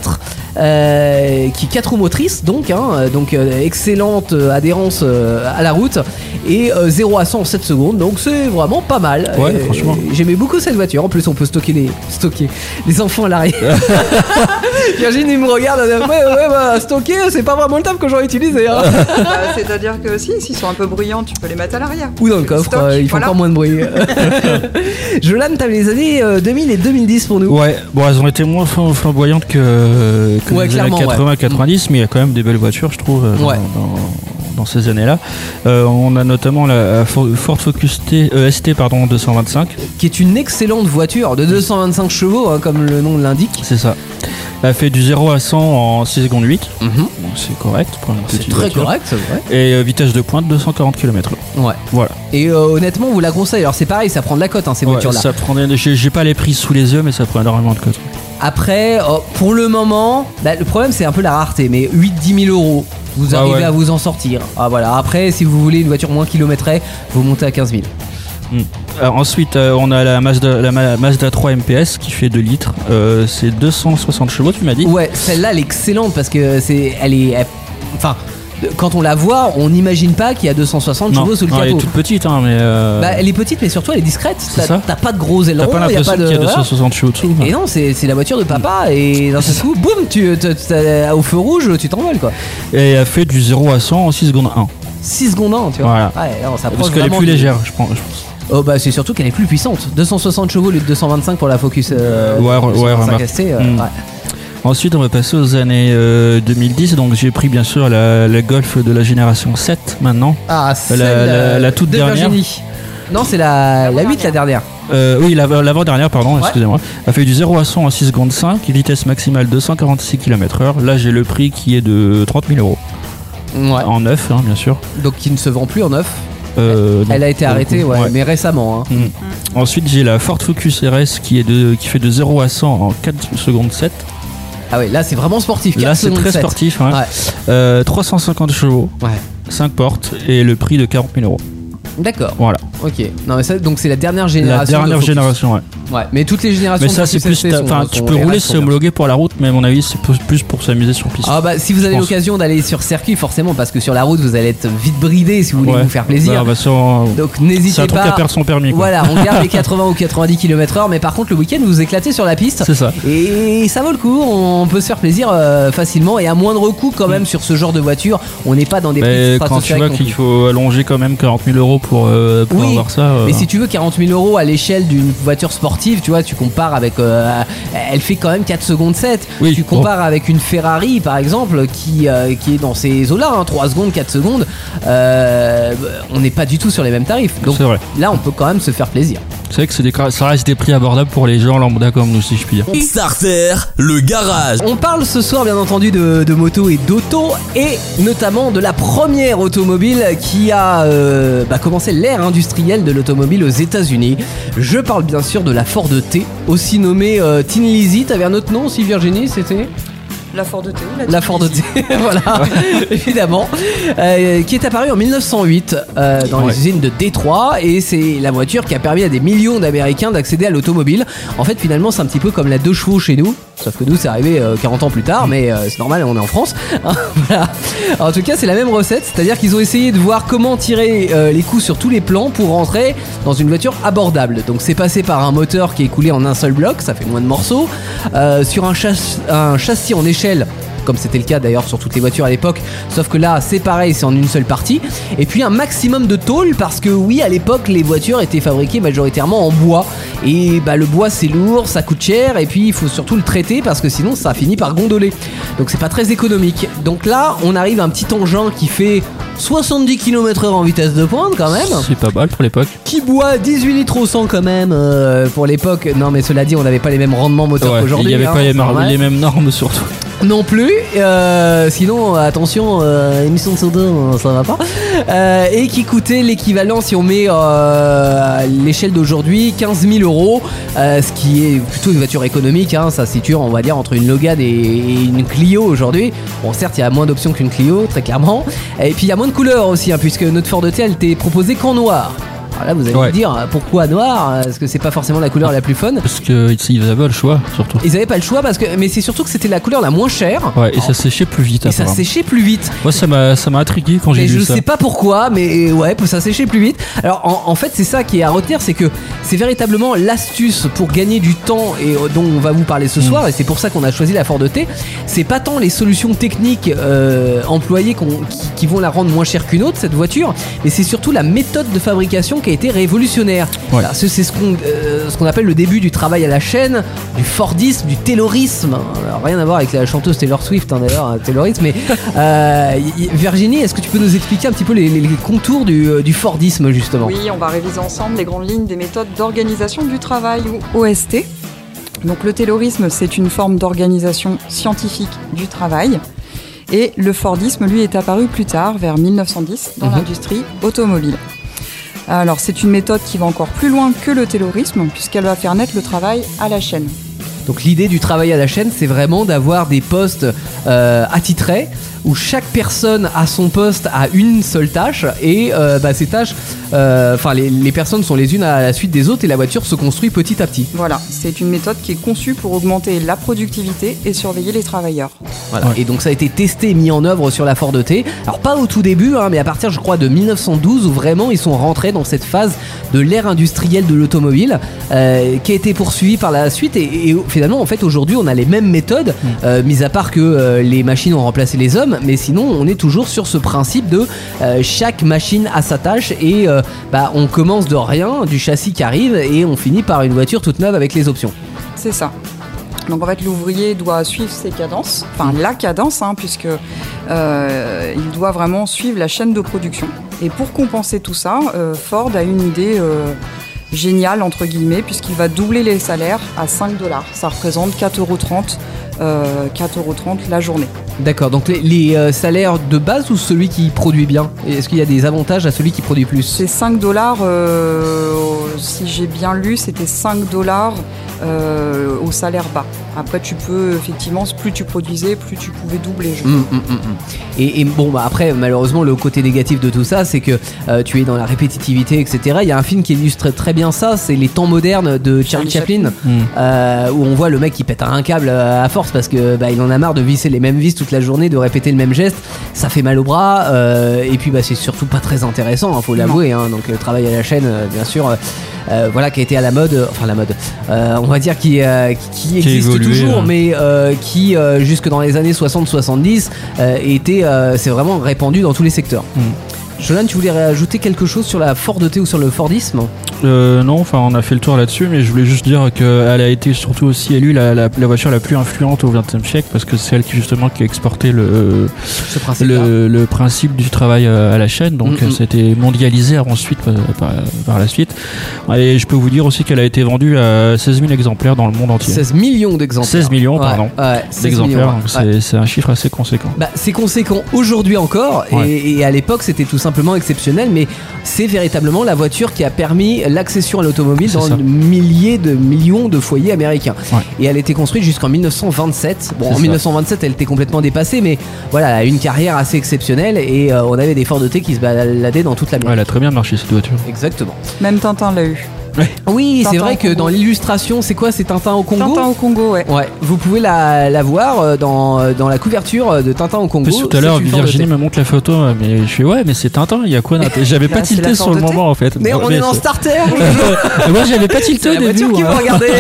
Speaker 1: 4x4 qui est 4 roues motrices, donc excellente adhérence à la route et 0 à 100 en 7 secondes, donc c'est vraiment pas mal.
Speaker 2: Ouais, franchement.
Speaker 1: J'aimais beaucoup cette voiture. En plus on peut stocker les enfants à l'arrière. Virginie me regarde, ouais, stocker c'est pas vraiment le terme que j'aurais utilisé, hein.
Speaker 3: C'est-à-dire que s'ils sont un peu bruyants, tu peux les mettre à l'arrière.
Speaker 1: Ou dans le coffre, ils font encore moins de bruit. Jolan, t'avais les années 2000 et 2010 pour nous.
Speaker 2: Ouais, bon, elles ont été moins flamboyantes que les années 80-90, mais il y a quand même des belles voitures, je trouve, dans ces années-là. On a notamment la Ford Focus ST 225,
Speaker 1: qui est une excellente voiture de 225 chevaux, hein, comme le nom l'indique.
Speaker 2: C'est ça. Elle fait du 0 à 100 en 6 secondes 8. Donc c'est correct pour une petite voiture.
Speaker 1: C'est très correct, c'est vrai.
Speaker 2: Et vitesse de pointe 240 km/h.
Speaker 1: Ouais. Voilà. Et honnêtement, vous la conseille. Alors c'est pareil, ça prend de la cote, hein, ces voitures-là.
Speaker 2: Ça prend. J'ai pas les prix sous les yeux, mais ça prend énormément de cote.
Speaker 1: Après, pour le moment, le problème c'est un peu la rareté, mais 8-10 000 euros, vous arrivez à vous en sortir. Voilà. Après, si vous voulez une voiture moins kilométrée, vous montez à 15 000.
Speaker 2: Alors, ensuite, on a la Mazda 3 MPS qui fait 2 litres. C'est 260 chevaux, tu m'as dit?
Speaker 1: Ouais, celle-là elle est excellente parce que quand on la voit, on n'imagine pas qu'il y a 260 chevaux sous le capot.
Speaker 2: Elle est toute petite, hein, mais.
Speaker 1: Elle est petite, mais surtout elle est discrète. T'as pas de gros ailerons.
Speaker 2: T'as pas l'impression qu'il y a 260 chevaux dessous.
Speaker 1: Et non, c'est la voiture de papa, et d'un seul coup, boum, au feu rouge, tu t'envoles quoi.
Speaker 2: Et elle fait du 0 à 100 en 6 secondes 1.
Speaker 1: 6 secondes 1, tu vois.
Speaker 2: Voilà.
Speaker 1: Ouais, alors, ça
Speaker 2: parce qu'elle est plus légère, je pense.
Speaker 1: Oh bah c'est surtout qu'elle est plus puissante. 260 chevaux au lieu de 225 pour la Focus.
Speaker 2: Remarque.
Speaker 1: ST, ouais.
Speaker 2: Ensuite, on va passer aux années 2010. Donc, j'ai pris bien sûr la Golf de la génération 7 maintenant.
Speaker 1: Ah,
Speaker 2: la toute
Speaker 1: de
Speaker 2: dernière.
Speaker 1: Virginie. Non, c'est la 8 la dernière.
Speaker 2: Oui, l'avant-dernière, pardon, excusez-moi. Elle fait du 0 à 100 en 6 secondes 5, vitesse maximale 246 km/h. Là, j'ai le prix qui est de 30 000 euros.
Speaker 1: Ouais.
Speaker 2: En neuf, hein, bien sûr.
Speaker 1: Donc, qui ne se vend plus en neuf.
Speaker 2: Non,
Speaker 1: elle a été arrêtée, mais récemment. Hein.
Speaker 2: Ensuite, j'ai la Ford Focus RS qui fait de 0 à 100 en 4 secondes 7.
Speaker 1: Ah ouais, là c'est vraiment sportif.
Speaker 2: Là c'est très 7. Sportif. Ouais. 350 chevaux, 5 portes et le prix de 40 000 euros.
Speaker 1: D'accord.
Speaker 2: Voilà.
Speaker 1: Ok. Non mais ça, donc c'est la dernière génération.
Speaker 2: La dernière génération, ouais.
Speaker 1: Ouais. Mais toutes les générations.
Speaker 2: Mais ça c'est plus. Tu peux rouler, c'est homologué pour la route, mais à mon avis c'est plus pour s'amuser sur piste.
Speaker 1: Ah bah si vous avez l'occasion d'aller sur circuit, forcément, parce que sur la route vous allez être vite bridé si vous voulez vous faire plaisir. Donc n'hésitez pas.
Speaker 2: C'est un truc à perdre son permis. Quoi.
Speaker 1: Voilà, on garde les 80 ou 90 km/h, mais par contre le week-end vous éclatez sur la piste.
Speaker 2: C'est ça.
Speaker 1: Et ça vaut le coup. On peut se faire plaisir facilement et à moindre coût quand même sur ce genre de voiture. On n'est pas dans des prix
Speaker 2: quand tu vois qu'il faut allonger quand même 40 000 euros pour avoir ça.
Speaker 1: Mais si tu veux 40 000 euros à l'échelle d'une voiture sportive, tu vois, tu compares avec. Elle fait quand même 4 secondes 7.
Speaker 2: Oui,
Speaker 1: tu compares avec une Ferrari par exemple qui est dans ces eaux-là, 3 secondes, 4 secondes. On n'est pas du tout sur les mêmes tarifs. Donc là, on peut quand même se faire plaisir.
Speaker 2: C'est vrai que ça reste des prix abordables pour les gens lambda comme nous, si je puis dire.
Speaker 4: Starter, le garage.
Speaker 1: On parle ce soir bien entendu de moto et d'auto, et notamment de la première automobile qui a commencé l'ère industrielle de l'automobile aux États-Unis. Je parle bien sûr de la Ford T, aussi nommée Tin Lizzy. T'avais un autre nom aussi, Virginie, c'était
Speaker 3: la Ford T.
Speaker 1: La Ford T, voilà, évidemment, qui est apparue en 1908 dans les usines de Détroit, et c'est la voiture qui a permis à des millions d'Américains d'accéder à l'automobile. En fait, finalement, c'est un petit peu comme la 2 chevaux chez nous, sauf que nous, c'est arrivé 40 ans plus tard, mais c'est normal, on est en France. Voilà. En tout cas, c'est la même recette, c'est-à-dire qu'ils ont essayé de voir comment tirer les coups sur tous les plans pour rentrer dans une voiture abordable. Donc, c'est passé par un moteur qui est coulé en un seul bloc, ça fait moins de morceaux, sur un châssis en échelle, comme c'était le cas d'ailleurs sur toutes les voitures à l'époque, sauf que là c'est pareil, c'est en une seule partie, et puis un maximum de tôle, parce que oui, à l'époque les voitures étaient fabriquées majoritairement en bois, et le bois c'est lourd, ça coûte cher, et puis il faut surtout le traiter parce que sinon ça finit par gondoler, donc c'est pas très économique. Donc là on arrive à un petit engin qui fait 70 km/h en vitesse de pointe quand même.
Speaker 2: C'est pas mal pour l'époque.
Speaker 1: Qui boit 18 litres au 100 quand même pour l'époque. Non mais cela dit, on n'avait pas les mêmes rendements moteurs qu'aujourd'hui.
Speaker 2: Il n'y avait pas les mêmes normes surtout.
Speaker 1: Non plus, sinon attention, émission de soda, ça va pas. Et qui coûtait l'équivalent, si on met l'échelle d'aujourd'hui, 15 000 euros, ce qui est plutôt une voiture économique, ça se situe on va dire entre une Logan et une Clio aujourd'hui. Bon certes il y a moins d'options qu'une Clio, très clairement, et puis il y a moins de couleurs aussi, puisque notre Ford T elle était proposée qu'en noir. Alors là vous allez me dire pourquoi noir, parce que c'est pas forcément la couleur la plus fun.
Speaker 2: Parce qu'ils avaient pas le choix surtout.
Speaker 1: Ils avaient pas le choix mais c'est surtout que c'était la couleur la moins chère.
Speaker 2: Ouais, et ça séchait plus vite.
Speaker 1: Et ça séchait plus vite.
Speaker 2: Moi ça m'a intrigué quand j'ai vu ça.
Speaker 1: Je sais pas pourquoi, mais ouais, ça séchait plus vite. Alors en fait c'est ça qui est à retenir, c'est que c'est véritablement l'astuce pour gagner du temps, et dont on va vous parler ce soir, et c'est pour ça qu'on a choisi la Ford T. C'est pas tant les solutions techniques employées qui vont la rendre moins chère qu'une autre, cette voiture, mais c'est surtout la méthode de fabrication qui a été révolutionnaire. Alors, c'est ce qu'on appelle le début du travail à la chaîne, du Fordisme, du Taylorisme. Alors, rien à voir avec la chanteuse Taylor Swift d'ailleurs, Taylorisme, mais Virginie, est-ce que tu peux nous expliquer un petit peu les contours du Fordisme justement?
Speaker 3: Oui, on va réviser ensemble les grandes lignes des méthodes d'organisation du travail, ou OST. Donc le Taylorisme, c'est une forme d'organisation scientifique du travail, et le Fordisme, lui, est apparu plus tard, vers 1910, dans l'industrie automobile. Alors c'est une méthode qui va encore plus loin que le Taylorisme, puisqu'elle va faire naître le travail à la chaîne.
Speaker 1: Donc l'idée du travail à la chaîne, c'est vraiment d'avoir des postes attitrés où chaque personne a son poste à une seule tâche et ces tâches, les personnes sont les unes à la suite des autres et la voiture se construit petit à petit.
Speaker 3: Voilà, c'est une méthode qui est conçue pour augmenter la productivité et surveiller les travailleurs.
Speaker 1: Voilà. Ouais. Et donc ça a été testé et mis en œuvre sur la Ford T. Alors pas au tout début, mais à partir je crois de 1912 où vraiment ils sont rentrés dans cette phase de l'ère industrielle de l'automobile qui a été poursuivie par la suite et finalement en fait aujourd'hui on a les mêmes méthodes, mis à part que les machines ont remplacé les hommes, mais sinon on est toujours sur ce principe de chaque machine a sa tâche et on commence de rien, du châssis qui arrive et on finit par une voiture toute neuve avec les options.
Speaker 3: C'est ça. Donc en fait l'ouvrier doit suivre ses cadences, enfin la cadence puisque il doit vraiment suivre la chaîne de production. Et pour compenser tout ça, Ford a une idée géniale entre guillemets puisqu'il va doubler les salaires à 5$. Ça représente 4,30€ la journée.
Speaker 1: D'accord, donc les salaires de base ou celui qui produit bien? Est-ce qu'il y a des avantages à celui qui produit plus?
Speaker 3: C'est 5$, si j'ai bien lu, c'était 5$ au salaire bas. Après, tu peux, effectivement, plus tu produisais, plus tu pouvais doubler.
Speaker 1: Et bon, après, malheureusement, le côté négatif de tout ça, c'est que tu es dans la répétitivité, etc. Il y a un film qui illustre très bien ça, c'est Les temps modernes de Charlie Chaplin, où on voit le mec qui pète un câble à force parce que il en a marre de visser les mêmes vis toute la journée, de répéter le même geste. Ça fait mal au bras, et puis c'est surtout pas très intéressant, faut l'avouer. Donc le travail à la chaîne, bien sûr. Qui a été à la mode, on va dire qui existe évolué, toujours, mais qui jusque dans les années 60-70 c'est vraiment répandu dans tous les secteurs. Jolan, tu voulais rajouter quelque chose sur la Ford T ou sur le Fordisme?
Speaker 2: Non, on a fait le tour là-dessus, mais je voulais juste dire qu'elle a été surtout aussi élue la voiture la plus influente au XXe siècle parce que c'est elle qui a exporté le principe du travail à la chaîne, donc c'était mondialisé ensuite par la suite. Et je peux vous dire aussi qu'elle a été vendue à 16 000 exemplaires dans le monde entier.
Speaker 1: 16 millions d'exemplaires.
Speaker 2: 16 millions, pardon.
Speaker 1: Ouais,
Speaker 2: d'exemplaires, donc c'est un chiffre assez conséquent.
Speaker 1: C'est conséquent aujourd'hui encore, et à l'époque c'était tout simplement exceptionnel, mais c'est véritablement la voiture qui a permis l'accession à l'automobile dans milliers de millions de foyers américains. Et elle a été construite jusqu'en 1927. Bon, en 1927 elle était complètement dépassée, mais voilà, elle a une carrière assez exceptionnelle et on avait des Ford T qui se baladaient dans toute l'Amérique.
Speaker 2: Elle a très bien marché cette voiture.
Speaker 1: Exactement.
Speaker 3: Même Tintin l'a eu.
Speaker 1: Oui, c'est vrai que dans l'illustration, c'est quoi? C'est Tintin au Congo?
Speaker 3: Tintin au Congo, ouais.
Speaker 1: Vous pouvez la voir dans la couverture de Tintin au Congo.
Speaker 2: Tout à l'heure, Virginie me montre la photo, mais je fais mais c'est Tintin, il y a quoi? J'avais pas tilté sur le moment en fait.
Speaker 1: Mais on est dans Starter.
Speaker 2: Moi j'avais pas tilté au début.
Speaker 1: C'est la voiture qui vous regardez.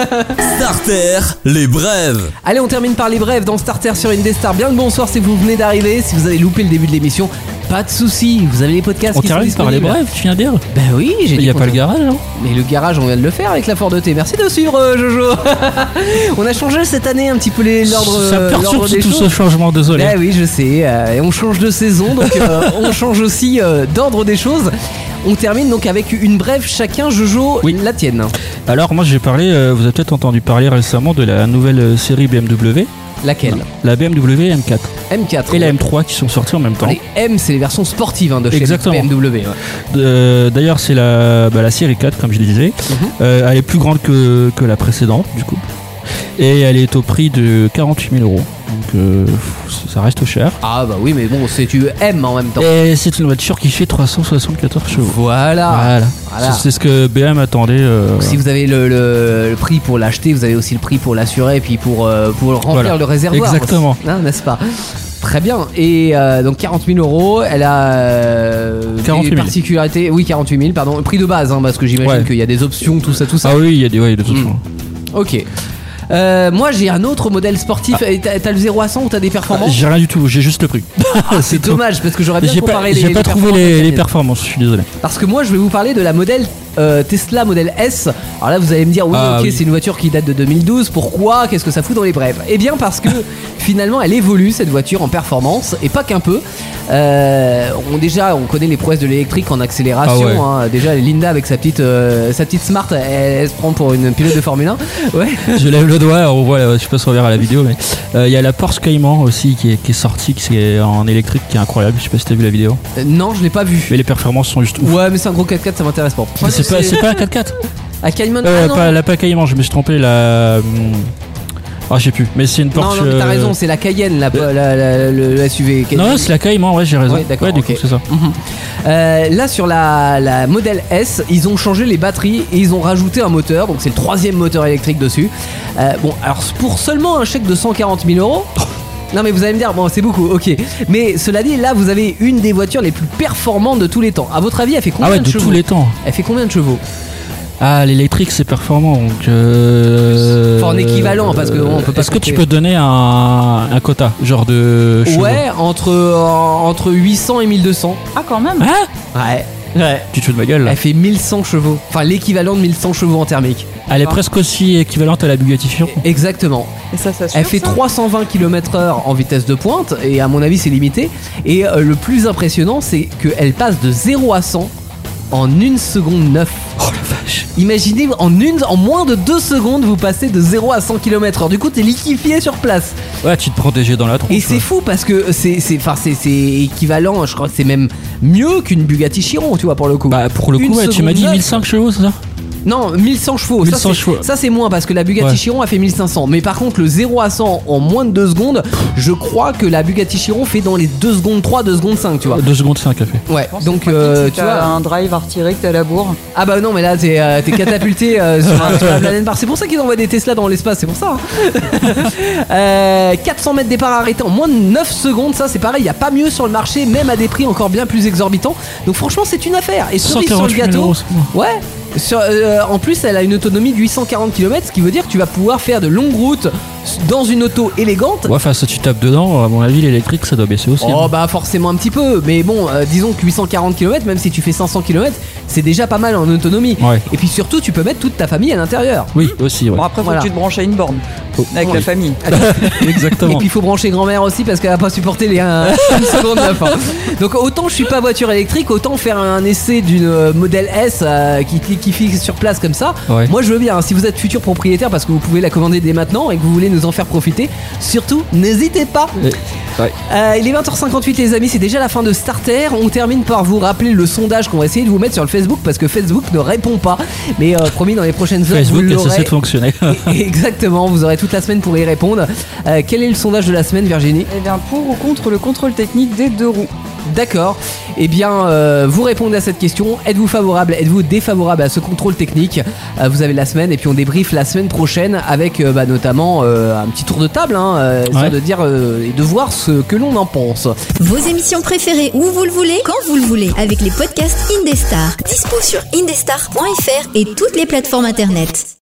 Speaker 4: Starter, les brèves.
Speaker 1: Allez, on termine par les brèves dans Starter sur Indestar. Bien le bonsoir si vous venez d'arriver, si vous avez loupé le début de l'émission. Pas de soucis, vous avez les podcasts qui sont disponibles.
Speaker 2: On termine par les brèves, tu viens de dire?
Speaker 1: Ben oui, j'ai dit.
Speaker 2: Il n'y a pas le garage, non?
Speaker 1: Mais le garage, on vient de le faire avec la Ford T. Merci de suivre, Jojo. On a changé cette année un petit peu l'ordre.
Speaker 2: Ça perturbe tout
Speaker 1: choses.
Speaker 2: Ce changement, désolé.
Speaker 1: Ben oui, je sais. Et on change de saison, donc on change aussi d'ordre des choses. On termine donc avec une brève chacun. Jojo, la tienne.
Speaker 2: Alors moi j'ai parlé, vous avez peut-être entendu parler récemment de la nouvelle série BMW.
Speaker 1: Laquelle?
Speaker 2: La BMW M4.
Speaker 1: M4
Speaker 2: et la M3 qui sont sortis en même temps.
Speaker 1: Les M, c'est les versions sportives de chez BMW.
Speaker 2: D'ailleurs, c'est la série 4, comme je le disais. Elle est plus grande que la précédente, du coup. Et elle est au prix de 48 000 €. Donc ça reste cher.
Speaker 1: Ah bah oui, mais bon, c'est du M en même temps.
Speaker 2: Et c'est une voiture qui fait 374 chevaux.
Speaker 1: Voilà.
Speaker 2: C'est ce que BM attendait.
Speaker 1: Si vous avez le prix pour l'acheter, vous avez aussi le prix pour l'assurer et puis pour remplir le réservoir.
Speaker 2: Exactement.
Speaker 1: N'est-ce pas? Très bien. Et donc 40 000 €, elle a
Speaker 2: 48 000.
Speaker 1: des particularités. Oui, 48 000, pardon. Le prix de base, parce que j'imagine qu'il y a des options, tout ça.
Speaker 2: Ah oui, il y a des options.
Speaker 1: Ok. Moi j'ai un autre modèle sportif. T'as le 0 à 100 ou t'as des performances?
Speaker 2: J'ai rien du tout, j'ai juste le prix.
Speaker 1: C'est dommage parce que j'aurais bien comparé
Speaker 2: j'ai pas trouvé les performances, je suis désolé.
Speaker 1: Parce que moi je vais vous parler de la modèle Tesla Model S. Alors là vous allez me dire c'est une voiture qui date de 2012. Pourquoi? Qu'est-ce que ça fout dans les brèves? Eh bien parce que finalement elle évolue cette voiture en performance et pas qu'un peu. On connaît les prouesses de l'électrique en accélération. Déjà Linda avec sa petite Smart, elle se prend pour une pilote de Formule 1.
Speaker 2: Je lève le doigt, on voit, je sais pas si on verra la vidéo, mais il y a la Porsche Cayman aussi qui est sortie, qui est en électrique, qui est incroyable. Je sais pas si t'as vu la vidéo.
Speaker 1: Non, je l'ai pas vu.
Speaker 2: Mais les performances sont juste ouf.
Speaker 1: Ouais, mais c'est un gros 4x4, ça m'intéresse pas.
Speaker 2: C'est pas un 4x4.
Speaker 1: À Cayman.
Speaker 2: Pas Cayman, je me suis trompé. Je sais plus, mais c'est une Porsche.
Speaker 1: Non, mais t'as raison, c'est la Cayenne, le SUV.
Speaker 2: Non, c'est la Cayman, ouais, j'ai raison.
Speaker 1: Ouais, d'accord,
Speaker 2: du coup, c'est ça.
Speaker 1: Là, sur la Model S, ils ont changé les batteries et ils ont rajouté un moteur, donc c'est le 3e moteur électrique dessus. Alors pour seulement un chèque de 140 000 €. Non mais vous allez me dire, bon c'est beaucoup, ok. Mais cela dit, là vous avez une des voitures les plus performantes de tous les temps. À votre avis, elle fait combien de chevaux ?
Speaker 2: Tous les temps.
Speaker 1: Elle fait combien de chevaux ?
Speaker 2: L'électrique c'est performant, donc.
Speaker 1: En équivalent, parce que on peut pas.
Speaker 2: Est-ce que tu peux donner un quota, genre de chevaux ?
Speaker 1: Ouais, entre 800 et 1200.
Speaker 3: Ah, quand même.
Speaker 1: Ouais.
Speaker 2: Tu te fous de ma gueule là.
Speaker 1: Elle fait 1100 chevaux. Enfin, l'équivalent de 1100 chevaux en thermique.
Speaker 2: Elle est presque aussi équivalente à la Bugatti Chiron.
Speaker 1: Exactement.
Speaker 3: Et ça
Speaker 1: Elle fait 320 km/h en vitesse de pointe, et à mon avis c'est limité. Et le plus impressionnant, c'est qu'elle passe de 0 à 100 en 1 seconde 9.
Speaker 2: Oh la vache.
Speaker 1: Imaginez, en moins de 2 secondes, vous passez de 0 à 100 km/h. Du coup, t'es liquéfié sur place.
Speaker 2: Ouais, tu te protèges dans la tronche.
Speaker 1: Et c'est fou parce que c'est équivalent, je crois que c'est même mieux qu'une Bugatti Chiron, tu vois, pour le coup.
Speaker 2: Pour le coup, ouais, tu m'as dit 1005 chevaux, c'est ça ?
Speaker 1: Non, 1100 chevaux.
Speaker 2: 1100 chevaux.
Speaker 1: Ça, c'est moins parce que la Bugatti Chiron a fait 1500. Mais par contre, le 0 à 100 en moins de 2 secondes, je crois que la Bugatti Chiron fait dans les 2 secondes 3, 2 secondes 5, tu vois.
Speaker 2: 2 secondes 5, elle fait.
Speaker 1: Ouais, donc
Speaker 3: tu vois. Un drive à retirer que t'es à la bourre.
Speaker 1: Ah bah non, mais là, t'es catapulté sur la planète Mars. C'est pour ça qu'ils envoient des Tesla dans l'espace, c'est pour ça. 400 mètres départ arrêté en moins de 9 secondes, ça c'est pareil, il n'y a pas mieux sur le marché, même à des prix encore bien plus exorbitants. Donc franchement, c'est une affaire. Et cerise sur le gâteau. Ouais. En plus, elle a une autonomie de 840 km, ce qui veut dire que tu vas pouvoir faire de longues routes dans une auto élégante.
Speaker 2: Ouais, enfin, si tu tapes dedans, à mon avis, l'électrique ça doit baisser aussi.
Speaker 1: Oh, bah forcément un petit peu, mais bon, disons que 840 km, même si tu fais 500 km, c'est déjà pas mal en autonomie.
Speaker 2: Ouais.
Speaker 1: Et puis surtout, tu peux mettre toute ta famille à l'intérieur.
Speaker 2: Oui, aussi, ouais.
Speaker 3: Bon, après, faut que tu te branches à une borne avec la famille.
Speaker 2: Exactement.
Speaker 1: Et puis il faut brancher grand-mère aussi parce qu'elle va pas supporter les 1 seconde de la fin. Donc autant je suis pas voiture électrique, autant faire un essai d'une Model S qui fixe sur place comme ça.
Speaker 2: Ouais.
Speaker 1: Moi je veux bien, si vous êtes futur propriétaire, parce que vous pouvez la commander dès maintenant et que vous voulez nous en faire profiter, surtout n'hésitez pas. Il est 20h58 les amis, c'est déjà la fin de Starter. On termine par vous rappeler le sondage qu'on va essayer de vous mettre sur le Facebook parce que Facebook ne répond pas. Mais promis, dans les prochaines heures,
Speaker 2: Facebook
Speaker 1: vous l'aurez.
Speaker 2: cessé de fonctionner.
Speaker 1: Exactement, vous aurez toute la semaine pour y répondre. Quel est le sondage de la semaine, Virginie ?
Speaker 3: Eh bien, pour ou contre le contrôle technique des 2 roues.
Speaker 1: D'accord. Eh bien, vous répondez à cette question. Êtes-vous favorable, êtes-vous défavorable à ce contrôle technique ? Vous avez la semaine et puis on débriefe la semaine prochaine avec notamment un petit tour de table, histoire de dire et de voir ce que l'on en pense.
Speaker 5: Vos émissions préférées où vous le voulez, quand vous le voulez, avec les podcasts Indestar. Dispo sur indestar.fr et toutes les plateformes internet.